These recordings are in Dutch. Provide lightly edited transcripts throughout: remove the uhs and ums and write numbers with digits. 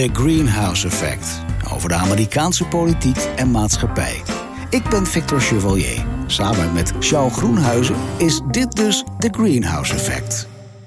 The Greenhouse Effect. Over de Amerikaanse politiek en maatschappij. Ik ben Victor Chevalier. Samen met Charles Groenhuizen is dit dus The Greenhouse Effect.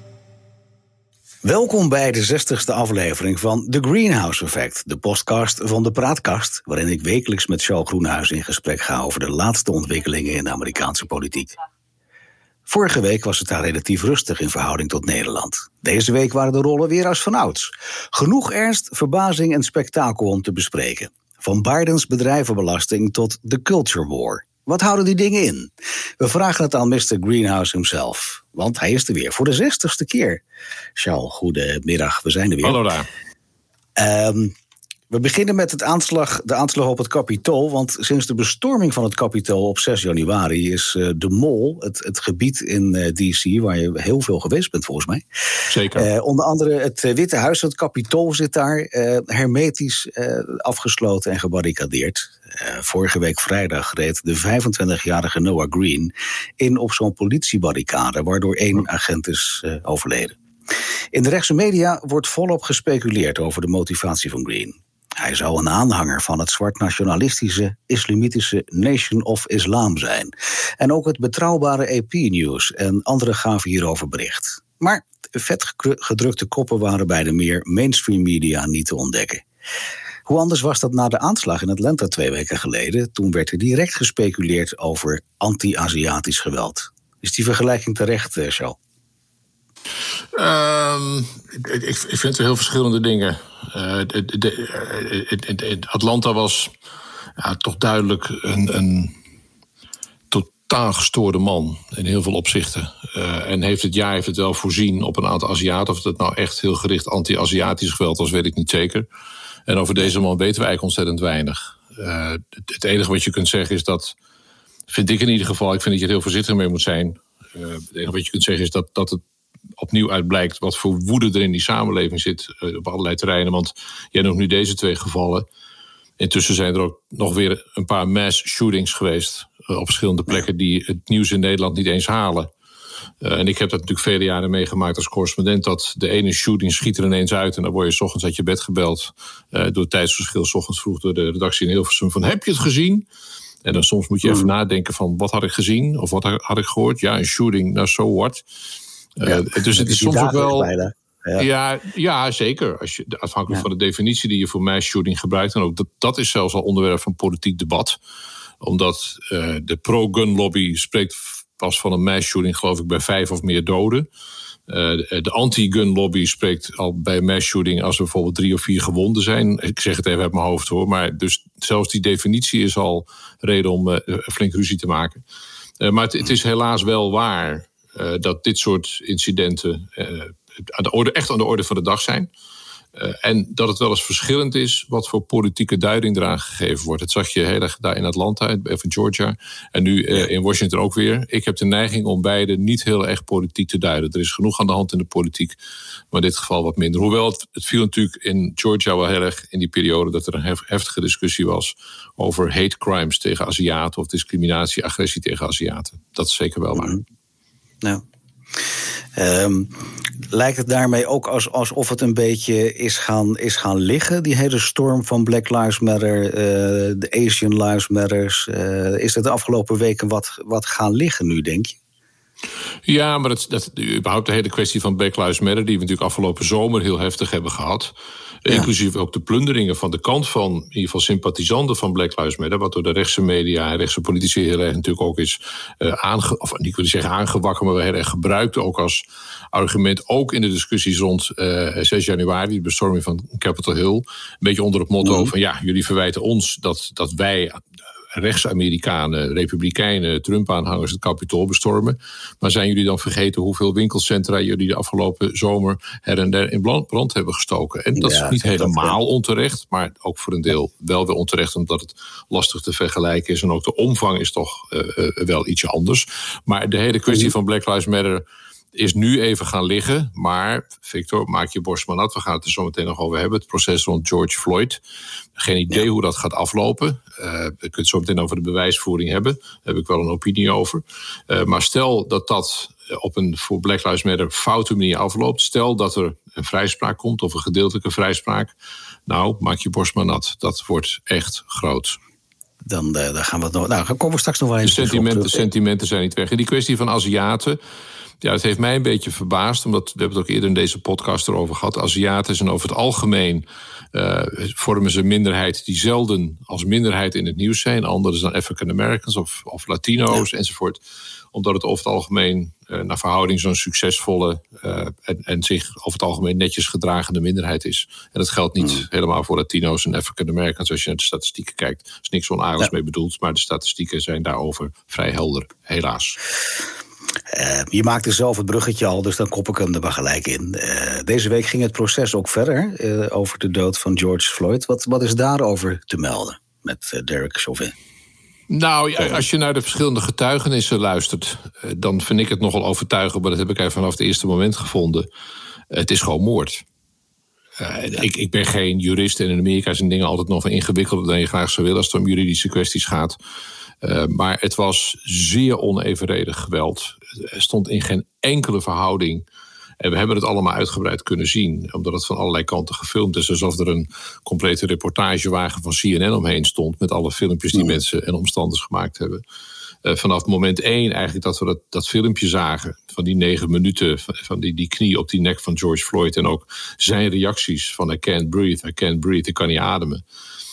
Welkom bij de 60ste aflevering van The Greenhouse Effect, de podcast van de Praatkast, waarin ik wekelijks met Charles Groenhuizen in gesprek ga over de laatste ontwikkelingen in de Amerikaanse politiek. Vorige week was het daar relatief rustig in verhouding tot Nederland. Deze week waren de rollen weer als vanouds. Genoeg ernst, verbazing en spektakel om te bespreken. Van Bidens bedrijvenbelasting tot de culture war. Wat houden die dingen in? We vragen het aan Mr. Greenhouse himself. Want hij is er weer voor de 60ste keer. Charles, goedemiddag, we zijn er weer. Hallo daar. We beginnen met de aanslag op het Capitool. Want sinds de bestorming van het Capitool op 6 januari... is de Mall, het gebied in D.C. waar je heel veel geweest bent volgens mij. Zeker. Onder andere het Witte Huis, het Capitool zit daar hermetisch afgesloten en gebarricadeerd. Vorige week vrijdag reed de 25-jarige Noah Green in op zo'n politiebarricade, waardoor 1 agent is overleden. In de rechtse media wordt volop gespeculeerd over de motivatie van Green. Hij zou een aanhanger van het zwart-nationalistische islamitische Nation of Islam zijn. En ook het betrouwbare AP News en anderen gaven hierover bericht. Maar vet gedrukte koppen waren bij de meer mainstream media niet te ontdekken. Hoe anders was dat na de aanslag in Atlanta 2 weken geleden? Toen werd er direct gespeculeerd over anti-Aziatisch geweld. Is die vergelijking terecht, Charles? Ik vind er heel verschillende dingen. Atlanta was toch duidelijk een totaal gestoorde man in heel veel opzichten. En heeft het wel voorzien op een aantal Aziaten. Of het nou echt heel gericht anti-Aziatisch geweld was, weet ik niet zeker. En over deze man weten we eigenlijk ontzettend weinig. Het enige wat je kunt zeggen is dat, vind ik in ieder geval, ik vind dat je er heel voorzichtig mee moet zijn. Het enige wat je kunt zeggen is dat het opnieuw uitblijkt wat voor woede er in die samenleving zit op allerlei terreinen. Want jij noemt nu deze 2 gevallen. Intussen zijn er ook nog weer een paar mass shootings geweest op verschillende plekken die het nieuws in Nederland niet eens halen. En ik heb dat natuurlijk vele jaren meegemaakt als correspondent, dat de ene shooting schiet er ineens uit en dan word je 's ochtends uit je bed gebeld door het tijdsverschil, 's ochtends vroeg door de redactie in Hilversum van heb je het gezien? En dan soms moet je even nadenken van wat had ik gezien of wat had ik gehoord? Ja, een shooting, nou so what? Dus het is soms ook wel. Ja, zeker. Afhankelijk van de definitie die je voor mass shooting gebruikt. En ook dat is zelfs al onderwerp van politiek debat. Omdat de pro-gun lobby spreekt pas van een mass shooting, geloof ik, bij 5 of meer doden. De anti-gun lobby spreekt al bij mass shooting als er bijvoorbeeld 3 of 4 gewonden zijn. Ik zeg het even uit mijn hoofd hoor. Maar dus zelfs die definitie is al reden om flink ruzie te maken. Maar het is helaas wel waar dat dit soort incidenten echt aan de orde van de dag zijn. En dat het wel eens verschillend is wat voor politieke duiding eraan gegeven wordt. Dat zag je heel erg daar in Atlanta, in Georgia. En nu in Washington ook weer. Ik heb de neiging om beide niet heel erg politiek te duiden. Er is genoeg aan de hand in de politiek, maar in dit geval wat minder. Hoewel het viel natuurlijk in Georgia wel heel erg in die periode dat er een heftige discussie was over hate crimes tegen Aziaten of discriminatie, agressie tegen Aziaten. Dat is zeker wel waar. Nou. Lijkt het daarmee ook alsof het een beetje is gaan liggen, die hele storm van Black Lives Matter, de Asian Lives Matters? Is het de afgelopen weken wat gaan liggen nu, denk je? Ja, maar überhaupt de hele kwestie van Black Lives Matter, die we natuurlijk afgelopen zomer heel heftig hebben gehad. Ja. Inclusief ook de plunderingen van de kant van in ieder geval sympathisanten van Black Lives Matter, wat door de rechtse media en rechtse politici heel erg natuurlijk ook is aangewakkerd, maar wel heel erg gebruikt ook als argument, ook in de discussies rond 6 januari, de bestorming van Capitol Hill. Een beetje onder het motto van ja, jullie verwijten ons dat wij rechts-Amerikanen, republikeinen, Trump-aanhangers het Capitool bestormen. Maar zijn jullie dan vergeten hoeveel winkelcentra jullie de afgelopen zomer her en der in brand hebben gestoken? En dat is niet helemaal onterecht, maar ook voor een deel wel weer onterecht, omdat het lastig te vergelijken is. En ook de omvang is toch wel ietsje anders. Maar de hele kwestie van Black Lives Matter is nu even gaan liggen. Maar, Victor, maak je borst maar nat. We gaan het er zo meteen nog over hebben. Het proces rond George Floyd. Geen idee hoe dat gaat aflopen. We kunnen het zo meteen over de bewijsvoering hebben. Daar heb ik wel een opinie over. Maar stel dat op een voor Black Lives Matter foute manier afloopt. Stel dat er een vrijspraak komt of een gedeeltelijke vrijspraak. Nou, maak je borst maar nat. Dat wordt echt groot. Dan gaan we het nog. Nou, komen we straks nog wel eens. De sentimenten zijn niet weg. En die kwestie van Aziaten. Ja, het heeft mij een beetje verbaasd, omdat we hebben het ook eerder in deze podcast erover gehad. Aziaten zijn over het algemeen vormen ze een minderheid die zelden als minderheid in het nieuws zijn. Anderen dan African Americans of Latino's enzovoort. Omdat het over het algemeen naar verhouding zo'n succesvolle en zich over het algemeen netjes gedragende minderheid is. En dat geldt niet helemaal voor Latino's en African Americans als je naar de statistieken kijkt. Er is niks onaardigs mee bedoeld, maar de statistieken zijn daarover vrij helder, helaas. Je maakte zelf het bruggetje al, dus dan kop ik hem er maar gelijk in. Deze week ging het proces ook verder over de dood van George Floyd. Wat is daarover te melden met Derek Chauvin? Nou, als je naar de verschillende getuigenissen luistert, dan vind ik het nogal overtuigend, maar dat heb ik eigenlijk vanaf het eerste moment gevonden. Het is gewoon moord. Ik ben geen jurist en in Amerika zijn dingen altijd nog veel ingewikkelder dan je graag zou willen als het om juridische kwesties gaat. Maar het was zeer onevenredig geweld. Er stond in geen enkele verhouding. En we hebben het allemaal uitgebreid kunnen zien, omdat het van allerlei kanten gefilmd is. Alsof er een complete reportagewagen van CNN omheen stond met alle filmpjes die mensen en omstanders gemaakt hebben. Vanaf moment 1 eigenlijk dat we dat filmpje zagen van die 9 minuten, van die knie op die nek van George Floyd en ook zijn reacties van I can't breathe, ik kan niet ademen.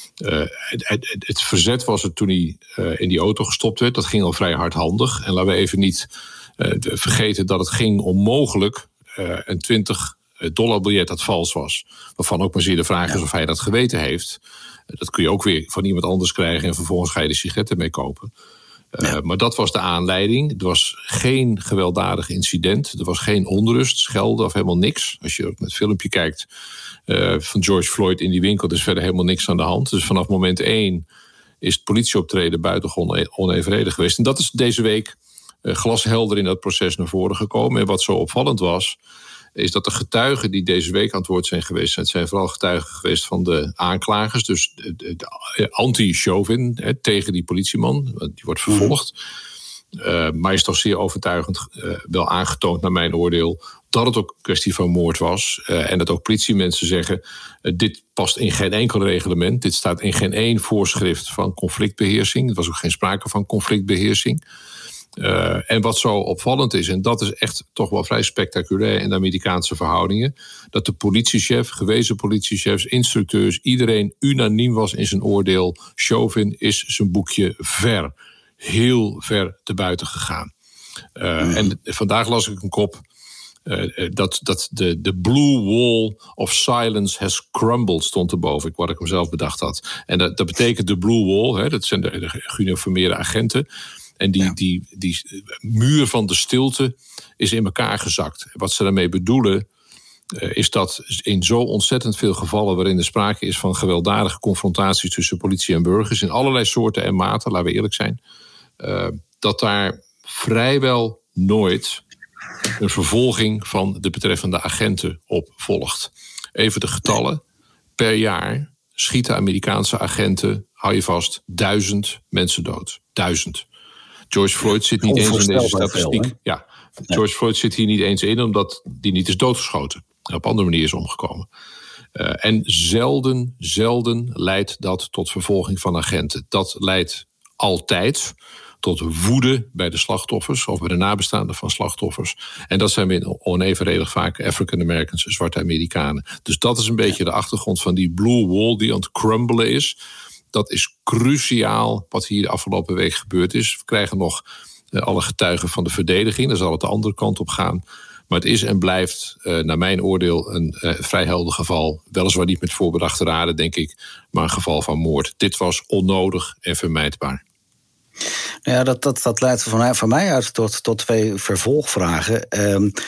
Het verzet was er toen hij in die auto gestopt werd. Dat ging al vrij hardhandig. En laten we even niet vergeten dat het ging om mogelijk een $20 biljet dat vals was. Waarvan ook maar zeer de vraag is of hij dat geweten heeft. Dat kun je ook weer van iemand anders krijgen en vervolgens ga je de sigaretten mee kopen. Maar dat was de aanleiding. Er was geen gewelddadig incident. Er was geen onrust, schelden of helemaal niks. Als je ook naar het filmpje kijkt van George Floyd in die winkel, er is verder helemaal niks aan de hand. Dus vanaf moment 1 is het politieoptreden buitengewoon onevenredig geweest. En dat is deze week glashelder in dat proces naar voren gekomen. En wat zo opvallend was, is dat de getuigen die deze week aan het woord zijn geweest, het zijn vooral getuigen geweest van de aanklagers, dus de anti-Chauvin tegen die politieman, die wordt vervolgd. Maar is toch zeer overtuigend wel aangetoond naar mijn oordeel dat het ook een kwestie van moord was. En dat ook politiemensen zeggen, dit past in geen enkel reglement, dit staat in geen één voorschrift van conflictbeheersing. Er was ook geen sprake van conflictbeheersing. En wat zo opvallend is, en dat is echt toch wel vrij spectaculair in de Amerikaanse verhoudingen, dat de politiechef, gewezen politiechefs, instructeurs, iedereen unaniem was in zijn oordeel. Chauvin is zijn boekje heel ver te buiten gegaan. En vandaag las ik een kop dat de blue wall of silence has crumbled stond erboven, wat ik hem zelf bedacht had. En dat betekent de blue wall, dat zijn de geuniformeerde agenten. En die muur van de stilte is in elkaar gezakt. Wat ze daarmee bedoelen is dat in zo ontzettend veel gevallen waarin er sprake is van gewelddadige confrontaties tussen politie en burgers in allerlei soorten en maten, laten we eerlijk zijn, dat daar vrijwel nooit een vervolging van de betreffende agenten op volgt. Even de getallen. Per jaar schieten Amerikaanse agenten, hou je vast, 1000 mensen dood. 1000. George Floyd zit niet eens in deze statistiek. George Floyd zit hier niet eens in, omdat die niet is doodgeschoten. En op andere manier is omgekomen. En zelden leidt dat tot vervolging van agenten. Dat leidt altijd tot woede bij de slachtoffers of bij de nabestaanden van slachtoffers. En dat zijn weer onevenredig vaak African Americans, zwarte Amerikanen. Dus dat is een beetje de achtergrond van die blue wall die aan het crumblen is. Dat is cruciaal wat hier de afgelopen week gebeurd is. We krijgen nog alle getuigen van de verdediging. Daar zal het de andere kant op gaan. Maar het is en blijft, naar mijn oordeel, een vrij helder geval. Weliswaar niet met voorbedachte raden, denk ik, maar een geval van moord. Dit was onnodig en vermijdbaar. Ja, dat leidt van mij uit tot 2 vervolgvragen.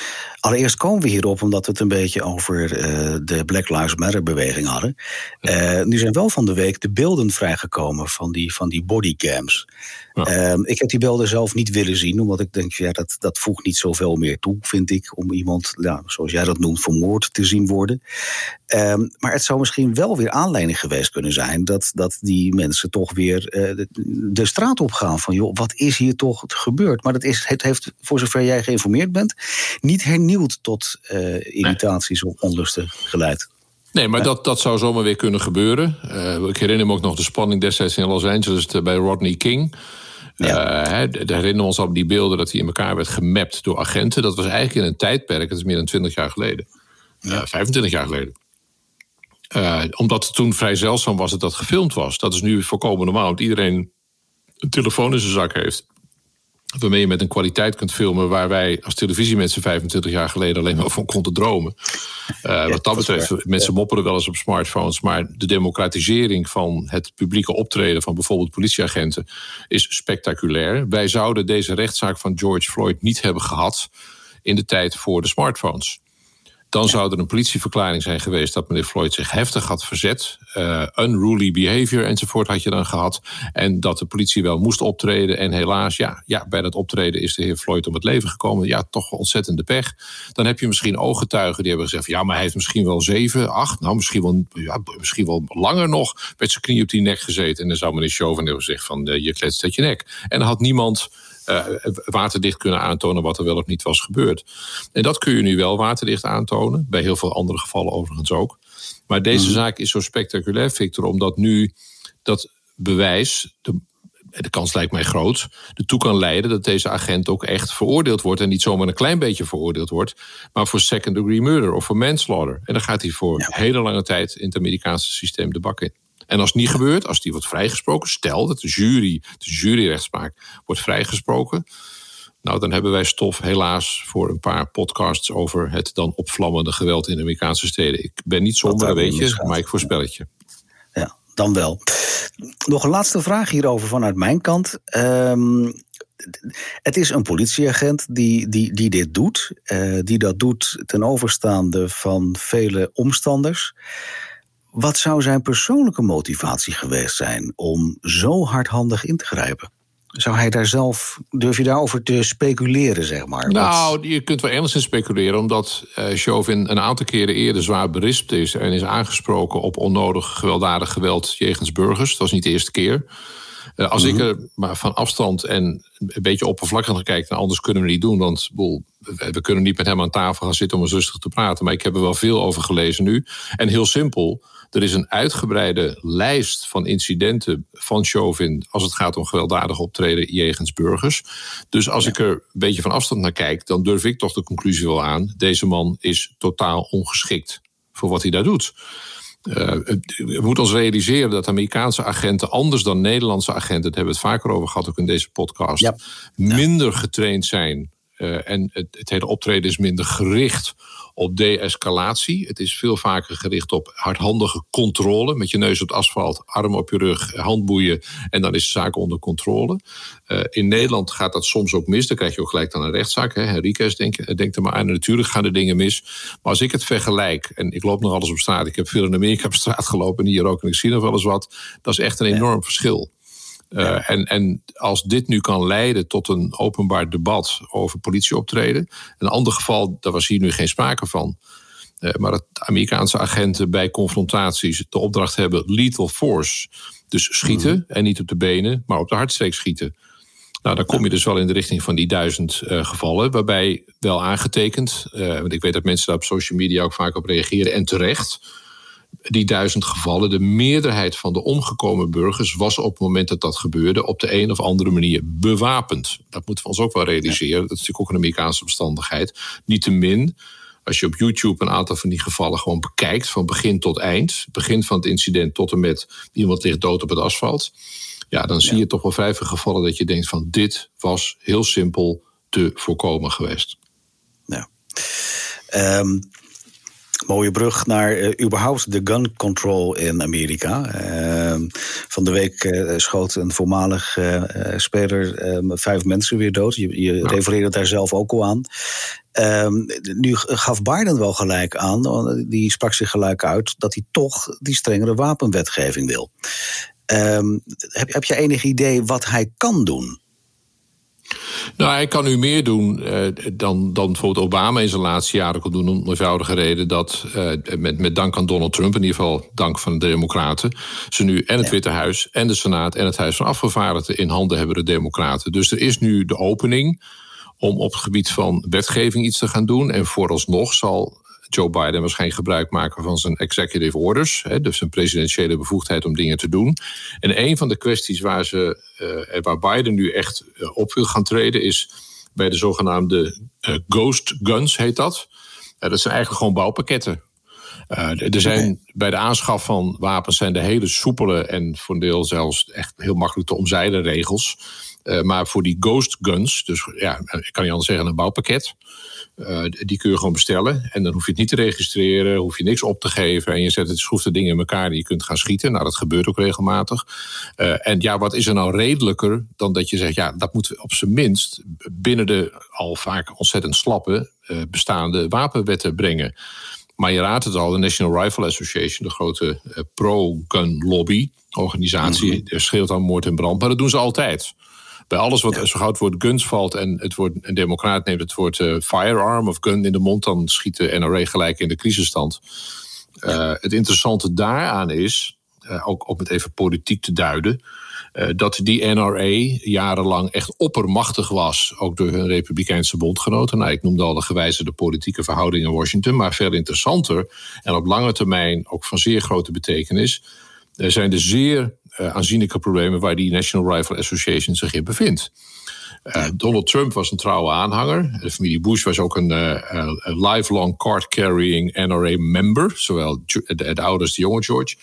Allereerst komen we hierop omdat we het een beetje over de Black Lives Matter beweging hadden. Nu zijn wel van de week de beelden vrijgekomen van die bodycams. Ja. Ik heb die beelden zelf niet willen zien, omdat ik denk, dat voegt niet zoveel meer toe, vind ik, om iemand, zoals jij dat noemt, vermoord te zien worden. Maar het zou misschien wel weer aanleiding geweest kunnen zijn dat die mensen toch weer de straat op gaan van, joh, wat is hier toch gebeurd? Maar het heeft, voor zover jij geïnformeerd bent, niet hernieuwd tot irritaties of onlusten geleid. Nee, maar dat zou zomaar weer kunnen gebeuren. Ik herinner me ook nog de spanning destijds in Los Angeles bij Rodney King. Herinneren we ons op die beelden dat hij in elkaar werd gemapt door agenten. Dat was eigenlijk in een tijdperk, dat is meer dan 20 jaar geleden. 25 jaar geleden. Omdat het toen vrij zeldzaam was dat gefilmd was. Dat is nu volkomen normaal, want iedereen een telefoon in zijn zak heeft. Waarmee je met een kwaliteit kunt filmen waar wij als televisiemensen 25 jaar geleden alleen maar van konden dromen. Wat dat betreft, mensen mopperen wel eens op smartphones, maar de democratisering van het publieke optreden van bijvoorbeeld politieagenten is spectaculair. Wij zouden deze rechtszaak van George Floyd niet hebben gehad in de tijd voor de smartphones. Dan zou er een politieverklaring zijn geweest dat meneer Floyd zich heftig had verzet. Unruly behavior enzovoort had je dan gehad. En dat de politie wel moest optreden. En helaas, bij dat optreden is de heer Floyd om het leven gekomen. Ja, toch ontzettende pech. Dan heb je misschien ooggetuigen die hebben gezegd, ja, maar hij heeft misschien wel 7, 8, nou misschien wel langer nog met zijn knie op die nek gezeten. En dan zou meneer Chauvin hebben gezegd van, je kletst uit je nek. En dan had niemand waterdicht kunnen aantonen wat er wel of niet was gebeurd. En dat kun je nu wel waterdicht aantonen. Bij heel veel andere gevallen overigens ook. Maar deze zaak is zo spectaculair, Victor, omdat nu dat bewijs, de kans lijkt mij groot, ertoe kan leiden dat deze agent ook echt veroordeeld wordt. En niet zomaar een klein beetje veroordeeld wordt, maar voor second degree murder of voor manslaughter. En dan gaat hij voor hele lange tijd in het Amerikaanse systeem de bak in. En als het niet gebeurt, als die wordt vrijgesproken, stel dat de juryrechtspraak wordt vrijgesproken, nou, dan hebben wij stof helaas voor een paar podcasts over het dan opvlammende geweld in de Amerikaanse steden. Ik ben niet somber, weet je, maar ik voorspel het je. Ja, dan wel. Nog een laatste vraag hierover vanuit mijn kant. Het is een politieagent die dit doet. Die dat doet ten overstaande van vele omstanders. Wat zou zijn persoonlijke motivatie geweest zijn om zo hardhandig in te grijpen? Zou hij daar zelf, durf je daarover te speculeren, zeg maar? Nou, je kunt wel enigszins speculeren, omdat Chauvin een aantal keren eerder zwaar berispt is en is aangesproken op onnodig gewelddadig geweld jegens burgers. Dat was niet de eerste keer. Als ik er maar van afstand en een beetje oppervlakkig naar kijk, anders kunnen we niet doen, want we kunnen niet met hem aan tafel gaan zitten om eens rustig te praten. Maar ik heb er wel veel over gelezen nu. En heel simpel, er is een uitgebreide lijst van incidenten van Chauvin als het gaat om gewelddadig optreden jegens burgers. Dus als ik er een beetje van afstand naar kijk, dan durf ik toch de conclusie wel aan, deze man is totaal ongeschikt voor wat hij daar doet. We moeten ons realiseren dat Amerikaanse agenten, anders dan Nederlandse agenten, daar hebben we het vaker over gehad ook in deze podcast, minder getraind zijn. En het hele optreden is minder gericht op de-escalatie. Het is veel vaker gericht op hardhandige controle. Met je neus op het asfalt, arm op je rug, handboeien. En dan is de zaak onder controle. In Nederland gaat dat soms ook mis. Dan krijg je ook gelijk dan een rechtszaak. Henriquez denkt er maar aan. En natuurlijk gaan er dingen mis. Maar als ik het vergelijk, en ik loop nog alles op straat. Ik heb veel in Amerika op straat gelopen en hier ook. En ik zie nog wel eens wat. Dat is echt een enorm verschil. En als dit nu kan leiden tot een openbaar debat over politieoptreden. Een ander geval, daar was hier nu geen sprake van. Maar dat Amerikaanse agenten bij confrontaties de opdracht hebben lethal force. Dus schieten en niet op de benen, maar op de hartstreek schieten. Nou, dan kom je dus wel in de richting van die 1000 gevallen. Waarbij wel aangetekend, want ik weet dat mensen daar op social media ook vaak op reageren en terecht. Die 1000 gevallen, de meerderheid van de omgekomen burgers was op het moment dat dat gebeurde op de een of andere manier bewapend. Dat moeten we ons ook wel realiseren. Dat is natuurlijk ook een Amerikaanse omstandigheid. Niettemin, als je op YouTube een aantal van die gevallen gewoon bekijkt, van begin tot eind, begin van het incident tot en met iemand ligt dood op het asfalt, dan zie je toch wel vrij veel gevallen dat je denkt van dit was heel simpel te voorkomen geweest. Ja. Mooie brug naar überhaupt de gun control in Amerika. Van de week schoot een voormalig speler 5 mensen weer dood. Je refereerde daar zelf ook al aan. Nu gaf Biden wel gelijk aan, die sprak zich gelijk uit, dat hij toch die strengere wapenwetgeving wil. Heb je enig idee wat hij kan doen? Nou, hij kan nu meer doen dan bijvoorbeeld Obama in zijn laatste jaren kon doen, om een eenvoudige reden dat met dank aan Donald Trump, in ieder geval dank van de Democraten, ze nu en het Witte Huis en de Senaat en het Huis van Afgevaardigden in handen hebben, de Democraten. Dus er is nu de opening om op het gebied van wetgeving iets te gaan doen. En vooralsnog zal Joe Biden waarschijnlijk gebruik maken van zijn executive orders, dus zijn presidentiële bevoegdheid om dingen te doen. En een van de kwesties waar Biden nu echt op wil gaan treden is bij de zogenaamde ghost guns, heet dat. Dat zijn eigenlijk gewoon bouwpakketten. Er zijn bij de aanschaf van wapens zijn de hele soepele en voor een deel zelfs echt heel makkelijk te omzeilen regels. Maar voor die ghost guns, dus ja, ik kan niet anders zeggen, een bouwpakket. Die kun je gewoon bestellen. En dan hoef je het niet te registreren, hoef je niks op te geven. En je schroeft de dingen in elkaar en je kunt gaan schieten. Nou, dat gebeurt ook regelmatig. En ja, wat is er nou redelijker dan dat je zegt, ja, dat moeten we op zijn minst binnen de al vaak ontzettend slappe bestaande wapenwetten brengen. Maar je raadt het al, de National Rifle Association, de grote pro-gun lobby organisatie, scheelt aan moord en brand. Maar dat doen ze altijd. Bij alles wat zo gauw het woord guns valt en een democraat neemt het woord firearm of gun in de mond, dan schiet de NRA gelijk in de crisisstand. Het interessante daaraan is, ook om het even politiek te duiden, dat die NRA jarenlang echt oppermachtig was, ook door hun Republikeinse bondgenoten. Nou, ik noemde al de gewijzigde politieke verhoudingen in Washington, maar veel interessanter en op lange termijn ook van zeer grote betekenis zijn de zeer aanzienlijke problemen waar die National Rifle Association zich in bevindt. Donald Trump was een trouwe aanhanger. De familie Bush was ook een lifelong card-carrying NRA-member, zowel de oude als de jonge George.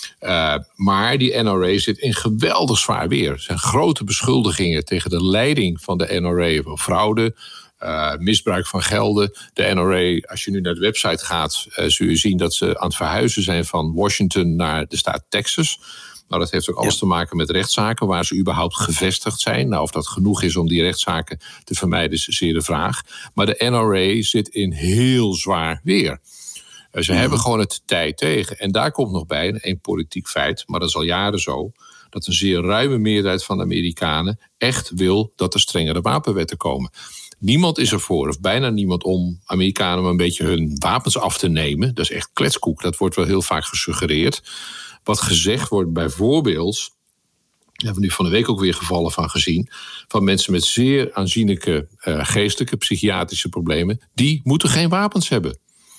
Maar die NRA zit in geweldig zwaar weer. Er zijn grote beschuldigingen tegen de leiding van de NRA van fraude, misbruik van gelden. De NRA, als je nu naar de website gaat, zul je zien dat ze aan het verhuizen zijn van Washington naar de staat Texas. Nou, dat heeft ook alles te maken met rechtszaken, waar ze überhaupt gevestigd zijn. Nou, of dat genoeg is om die rechtszaken te vermijden, is zeer de vraag. Maar de NRA zit in heel zwaar weer. Ze hebben gewoon het tij tegen. En daar komt nog bij, een politiek feit, maar dat is al jaren zo, dat een zeer ruime meerderheid van de Amerikanen echt wil dat er strengere wapenwetten komen. Niemand is ervoor, of bijna niemand, om Amerikanen een beetje hun wapens af te nemen. Dat is echt kletskoek, dat wordt wel heel vaak gesuggereerd. Wat gezegd wordt bijvoorbeeld, daar hebben we nu van de week ook weer gevallen van gezien, van mensen met zeer aanzienlijke geestelijke, psychiatrische problemen, die moeten geen wapens hebben.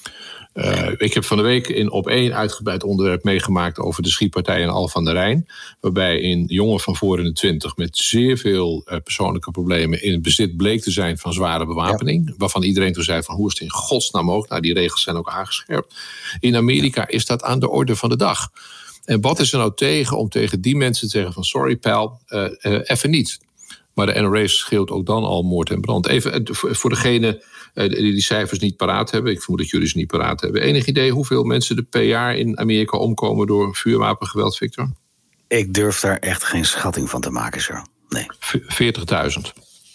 Ik heb van de week op 1 uitgebreid onderwerp meegemaakt over de schietpartij in Alphen aan de Rijn, waarbij een jongen van voor in de 20 met zeer veel persoonlijke problemen in het bezit bleek te zijn van zware bewapening, waarvan iedereen toen zei van hoe is het in godsnaam mogelijk? Nou, die regels zijn ook aangescherpt. In Amerika is dat aan de orde van de dag. En wat is er nou tegen om tegen die mensen te zeggen van sorry pal, even niet. Maar de NRA scheelt ook dan al moord en brand. Even voor degene die cijfers niet paraat hebben, ik vermoed dat jullie ze niet paraat hebben. Enig idee hoeveel mensen er per jaar in Amerika omkomen door vuurwapengeweld, Victor? Ik durf daar echt geen schatting van te maken, zo. Nee. 40.000.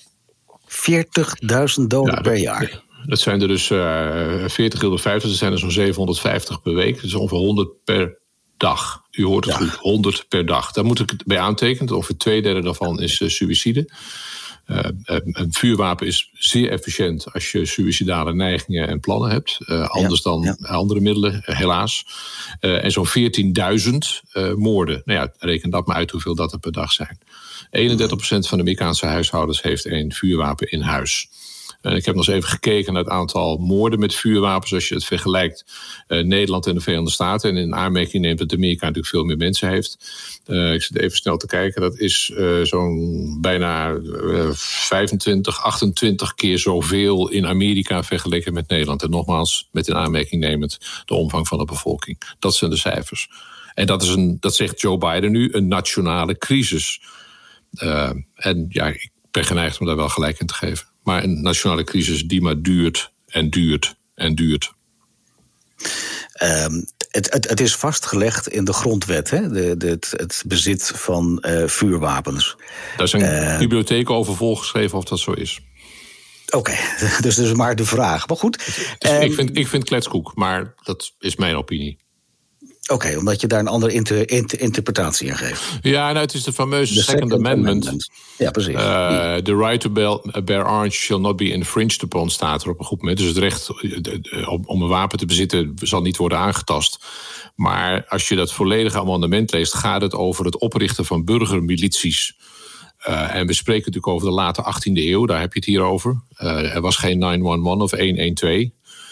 40.000 doden per jaar. Dat zijn er dus 40 keer 50, dat zijn er zo'n 750 per week. Dat is ongeveer 100 per dag. U hoort het goed, 100 per dag. Daar moet ik het bij aantekenen. Ongeveer 2/3 daarvan is suïcide. Een vuurwapen is zeer efficiënt als je suïcidale neigingen en plannen hebt. Anders dan andere middelen, helaas. En zo'n 14.000 moorden. Nou ja, reken dat maar uit hoeveel dat er per dag zijn. 31% van de Amerikaanse huishoudens heeft een vuurwapen in huis. Ik heb nog eens even gekeken naar het aantal moorden met vuurwapens. Als je het vergelijkt, Nederland en de Verenigde Staten. En in aanmerking neemt dat Amerika natuurlijk veel meer mensen heeft. Ik zit even snel te kijken. Dat is zo'n bijna 25, 28 keer zoveel in Amerika vergeleken met Nederland. En nogmaals, met in aanmerking nemend de omvang van de bevolking. Dat zijn de cijfers. En dat zegt Joe Biden nu, een nationale crisis. En ja, ik ben geneigd om daar wel gelijk in te geven. Maar een nationale crisis die maar duurt en duurt en duurt. Het is vastgelegd in de grondwet, hè? Het bezit van vuurwapens. Daar is een bibliotheek over volgeschreven of dat zo is. Oké, dus dat is maar de vraag. Maar goed. Ik vind kletskoek, maar dat is mijn opinie. Oké, omdat je daar een andere interpretatie aan geeft. Ja, nou, het is de fameuze Second Amendment. Ja, precies. The right to bear arms shall not be infringed upon, staat er op een goed moment. Dus het recht om een wapen te bezitten zal niet worden aangetast. Maar als je dat volledige amendement leest, gaat het over het oprichten van burgermilities. En we spreken natuurlijk over de late 18e eeuw, daar heb je het hier over. Er was geen 911 of 112.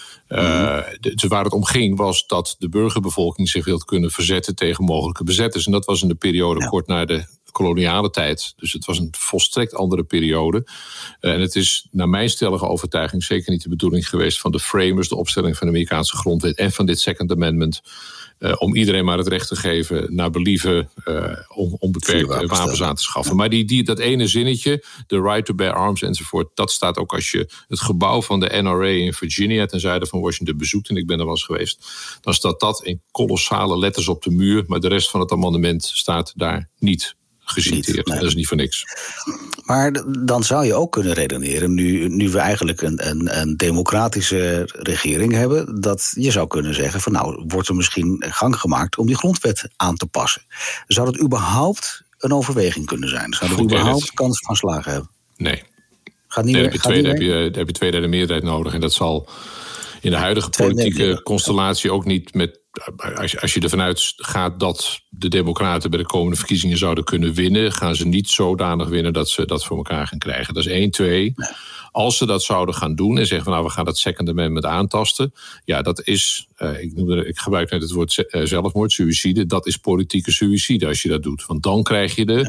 Waar het om ging was dat de burgerbevolking zich wilde kunnen verzetten tegen mogelijke bezetters. En dat was in de periode kort na de koloniale tijd. Dus het was een volstrekt andere periode. En het is naar mijn stellige overtuiging zeker niet de bedoeling geweest van de framers, de opstelling van de Amerikaanse grondwet en van dit Second Amendment, om iedereen maar het recht te geven naar believen onbeperkt wapens aan te schaffen. Maar dat ene zinnetje, the right to bear arms enzovoort, dat staat ook als je het gebouw van de NRA in Virginia ten zuiden van Washington bezoekt, en ik ben er wel eens geweest, dan staat dat in kolossale letters op de muur, maar de rest van het amendement staat daar niet geciteerd. Nee. Dat is niet voor niks. Maar dan zou je ook kunnen redeneren, nu we eigenlijk een democratische regering hebben, dat je zou kunnen zeggen van nou, wordt er misschien gang gemaakt om die grondwet aan te passen. Zou dat überhaupt een overweging kunnen zijn? Zou dat überhaupt kans van slagen hebben? Nee. Gaat niet daar heb je tweederde meerderheid nodig. En dat zal in de huidige politieke constellatie ook niet met. Als je ervan uitgaat dat de Democraten bij de komende verkiezingen zouden kunnen winnen, gaan ze niet zodanig winnen dat ze dat voor elkaar gaan krijgen. Dat is 1, 2. Nee. Als ze dat zouden gaan doen en zeggen van nou, we gaan dat Second Amendment aantasten. Ja, dat is, ik gebruik net het woord zelfmoord, suïcide. Dat is politieke suïcide als je dat doet. Want dan krijg je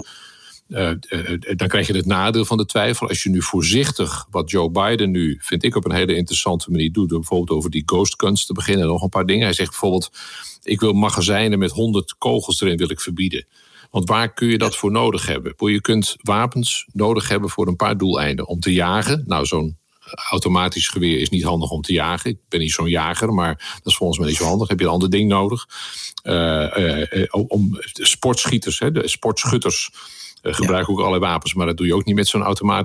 dan krijg je het nadeel van de twijfel. Als je nu voorzichtig, wat Joe Biden nu, vind ik op een hele interessante manier doet, door bijvoorbeeld over die ghost guns te beginnen en nog een paar dingen. Hij zegt bijvoorbeeld, ik wil magazijnen met 100 kogels erin wil ik verbieden. Want waar kun je dat voor nodig hebben? Je kunt wapens nodig hebben voor een paar doeleinden. Om te jagen, nou zo'n automatisch geweer is niet handig om te jagen. Ik ben niet zo'n jager, maar dat is volgens mij niet zo handig. Heb je een ander ding nodig. Om sportschieters, de sportschutters gebruiken ook allerlei wapens, maar dat doe je ook niet met zo'n automatisch